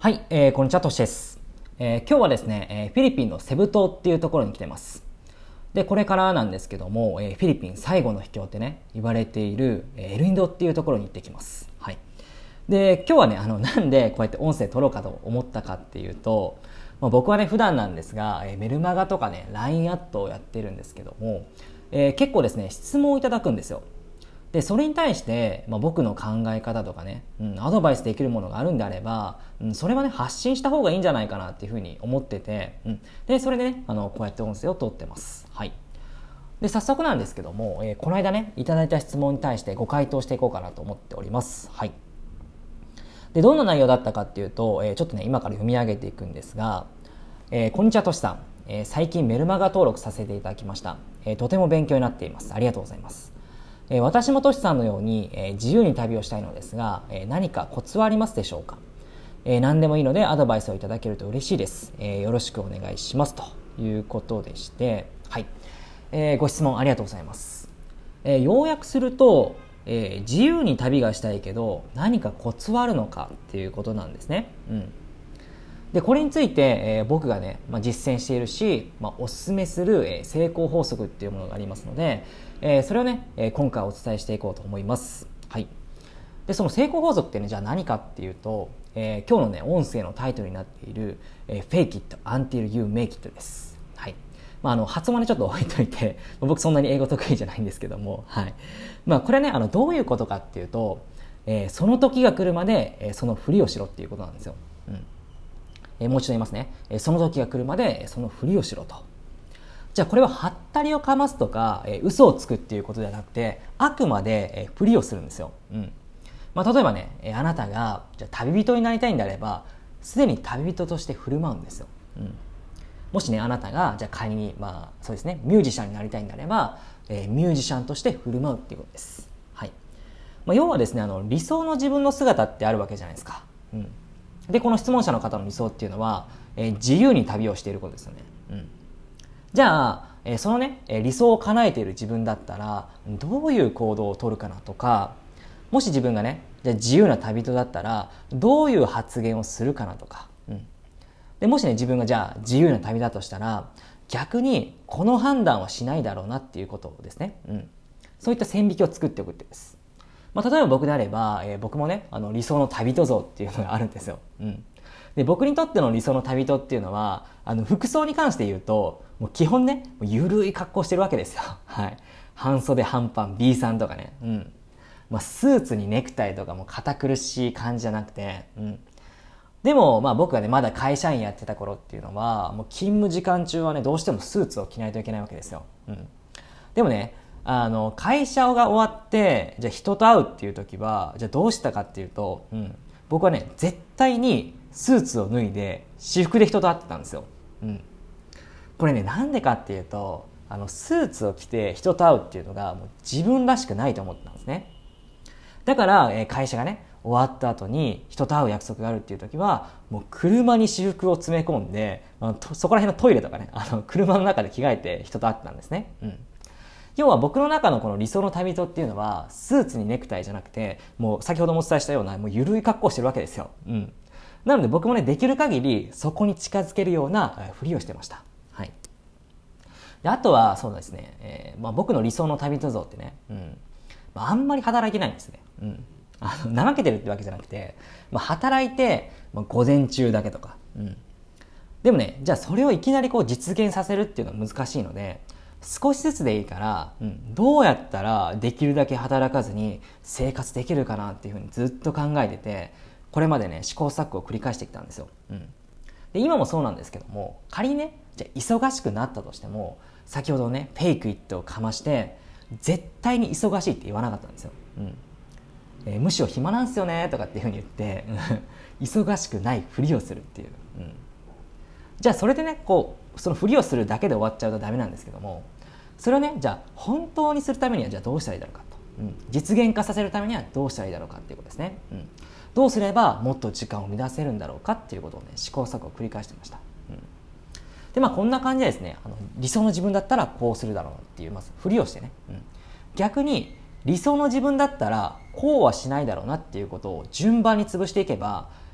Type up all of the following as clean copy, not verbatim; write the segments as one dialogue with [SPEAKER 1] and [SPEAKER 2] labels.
[SPEAKER 1] はい、こんにちは、としです。今日はですね、フィリピンのセブ島っていうところに来てます。で、これからなんですけども、フィリピン最後の秘境ってね、言われている、エルニドっていうところに行ってきます。はい。で、今日はね、なんでこうやって音声撮ろうかと思ったかっていうと、僕はね、普段なんですが、メルマガとかね、LINE アットをやってるんですけども、結構ですね、質問をいただくんですよ。でそれに対して、僕の考え方とかね、アドバイスできるものがあるんであれば、それはね発信した方がいいんじゃないかなっていうふうに思ってて、でそれでねこうやって音声を撮ってます。はい。で早速なんですけども、この間ねいただいた質問に対してご回答していこうかなと思っております。はい。でどんな内容だったかっていうと、ちょっとね今から読み上げていくんですが、こんにちはとしさん、最近メルマガ登録させていただきました。とても勉強になっています。ありがとうございます。私もトシさんのように、自由に旅をしたいのですが、何かコツはありますでしょうか。何でもいいのでアドバイスをいただけると嬉しいです。よろしくお願いしますということでして、はい。ご質問ありがとうございます。要約すると、自由に旅がしたいけど何かコツはあるのかっていうことなんですね。でこれについて、僕がね、実践しているし、おすすめする、成功法則っていうものがありますので、それをね、今回お伝えしていこうと思います。はい。でその成功法則ってね、じゃあ何かっていうと、今日のね音声のタイトルになっている、Fake it until you make it です。はい。発音はねちょっと置いといて、僕そんなに英語得意じゃないんですけども、はい。これはねどういうことかっていうと、その時が来るまで、そのふりをしろっていうことなんですよ。もう一度言いますね。その時が来るまでそのふりをしろと。じゃあこれはハったりをかますとか、嘘をつくっていうことではなくて、あくまで、ふりをするんですよ。例えばね、あなたがじゃあ旅人になりたいんであれば、すでに旅人として振る舞うんですよ。もしねあなたがじゃあ仮にそうですねミュージシャンになりたいんであれば、ミュージシャンとして振る舞うっていうことです。はい。要はですね理想の自分の姿ってあるわけじゃないですか。でこの質問者の方の理想っていうのは、自由に旅をしていることですよね。じゃあ、そのね理想を叶えている自分だったらどういう行動を取るかなとか、もし自分がねじゃあ自由な旅人だったらどういう発言をするかなとか、でもしね自分がじゃあ自由な旅だとしたら逆にこの判断はしないだろうなっていうことですね。そういった線引きを作っておくってです。例えば僕であれば、僕もね理想の旅人像っていうのがあるんですよ。で僕にとっての理想の旅人っていうのは服装に関して言うともう基本ねゆるい格好してるわけですよ。はい。半袖半パン B さんとかね、スーツにネクタイとかも堅苦しい感じじゃなくて、でも僕がねまだ会社員やってた頃っていうのはもう勤務時間中はねどうしてもスーツを着ないといけないわけですよ。でもね会社が終わってじゃあ人と会うっていう時はじゃあどうしたかっていうと、僕はね絶対にスーツを脱いで私服で人と会ってたんですよ。これねなんでかっていうとスーツを着て人と会うっていうのがもう自分らしくないと思ってたんですね。だから、会社がね終わった後に人と会う約束があるっていう時はもう車に私服を詰め込んでそこら辺のトイレとかね車の中で着替えて人と会ってたんですね。要は僕の中のこの理想の旅人っていうのはスーツにネクタイじゃなくてもう先ほどもお伝えしたようなもう緩い格好をしてるわけですよ。なので僕もねできる限りそこに近づけるようなふりをしてました。はい。であとはそうですね、僕の理想の旅人像ってね、あんまり働いてないんですね。怠けてるってわけじゃなくて、働いて、午前中だけとか、でもねじゃあそれをいきなりこう実現させるっていうのは難しいので、少しずつでいいから、どうやったらできるだけ働かずに生活できるかなっていうふうにずっと考えてて、これまでね試行錯誤を繰り返してきたんですよ。で今もそうなんですけども、仮にねじゃあ忙しくなったとしても先ほどねフェイクイットをかまして絶対に忙しいって言わなかったんですよ。むしろ暇なんすよねとかっていうふうに言って忙しくないふりをするっていう、じゃあそれでねこうそのふりをするだけで終わっちゃうとダメなんですけども、それをねじゃあ本当にするためにはじゃあどうしたらいいだろうかと、実現化させるためにはどうしたらいいだろうかっていうことですね。どうすればもっと時間を乱せるんだろうかっていうことをね試行錯誤を繰り返してました。でこんな感じでですね理想の自分だったらこうするだろうっていうまずふりをしてね、逆に理想の自分だったらこうはしないだろうなっていうことを順番に潰していけば、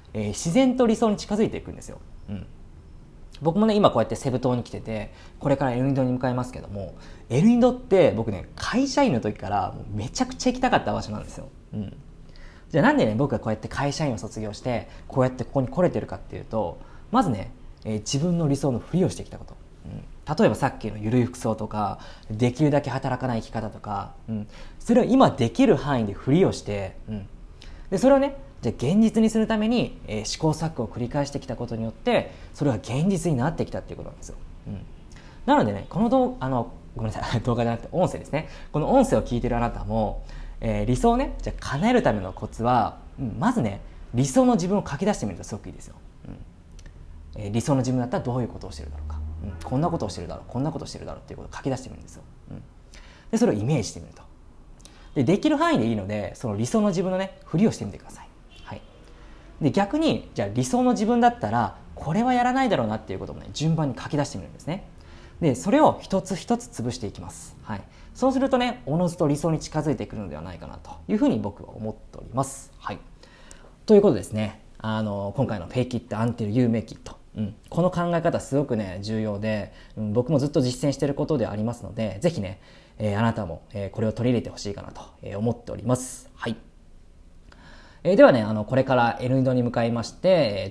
[SPEAKER 1] 自然と理想に近づいていくんですよ。僕もね、今こうやってセブ島に来てて、これからエルニドに向かいますけども、エルニドって僕ね、会社員の時からもうめちゃくちゃ行きたかった場所なんですよ。じゃあなんでね、僕がこうやって会社員を卒業して、こうやってここに来れてるかっていうと、まずね、自分の理想のふりをしてきたこと。例えばさっきのゆるい服装とか、できるだけ働かない生き方とか、それを今できる範囲でふりをして、でそれをね、じゃあ現実にするために、試行錯誤を繰り返してきたことによってそれが現実になってきたっていうことなんですよ。なのでね、このごめんなさい動画じゃなくて音声ですね。この音声を聞いているあなたも、理想をねじゃあ叶えるためのコツは、まずね理想の自分を書き出してみるとすごくいいですよ。理想の自分だったらどういうことをしてるだろうか、こんなことをしてるだろう、こんなことをしてるだろうっていうことを書き出してみるんですよ。でそれをイメージしてみると。できる範囲でいいので、その理想の自分のねふりをしてみてください。で逆にじゃあ理想の自分だったらこれはやらないだろうなっていうこともね順番に書き出してみるんですね。でそれを一つ一つ潰していきます。そうするとねおのずと理想に近づいてくるのではないかなというふうに僕は思っております。ということですね、今回のFake it until you make it、この考え方すごくね重要で、僕もずっと実践していることでありますので、ぜひね、あなたも、これを取り入れてほしいかなと思っております。ではね、これからエルニドに向かいまして、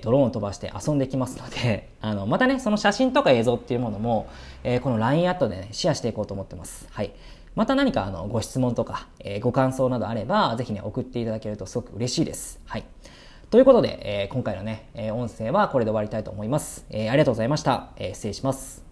[SPEAKER 1] ドローンを飛ばして遊んできますので、またね、その写真とか映像っていうものも、この LINE アットでね、シェアしていこうと思ってます。また何かご質問とか、ご感想などあれば、ぜひね、送っていただけるとすごく嬉しいです。ということで、今回のね、音声はこれで終わりたいと思います。ありがとうございました。失礼します。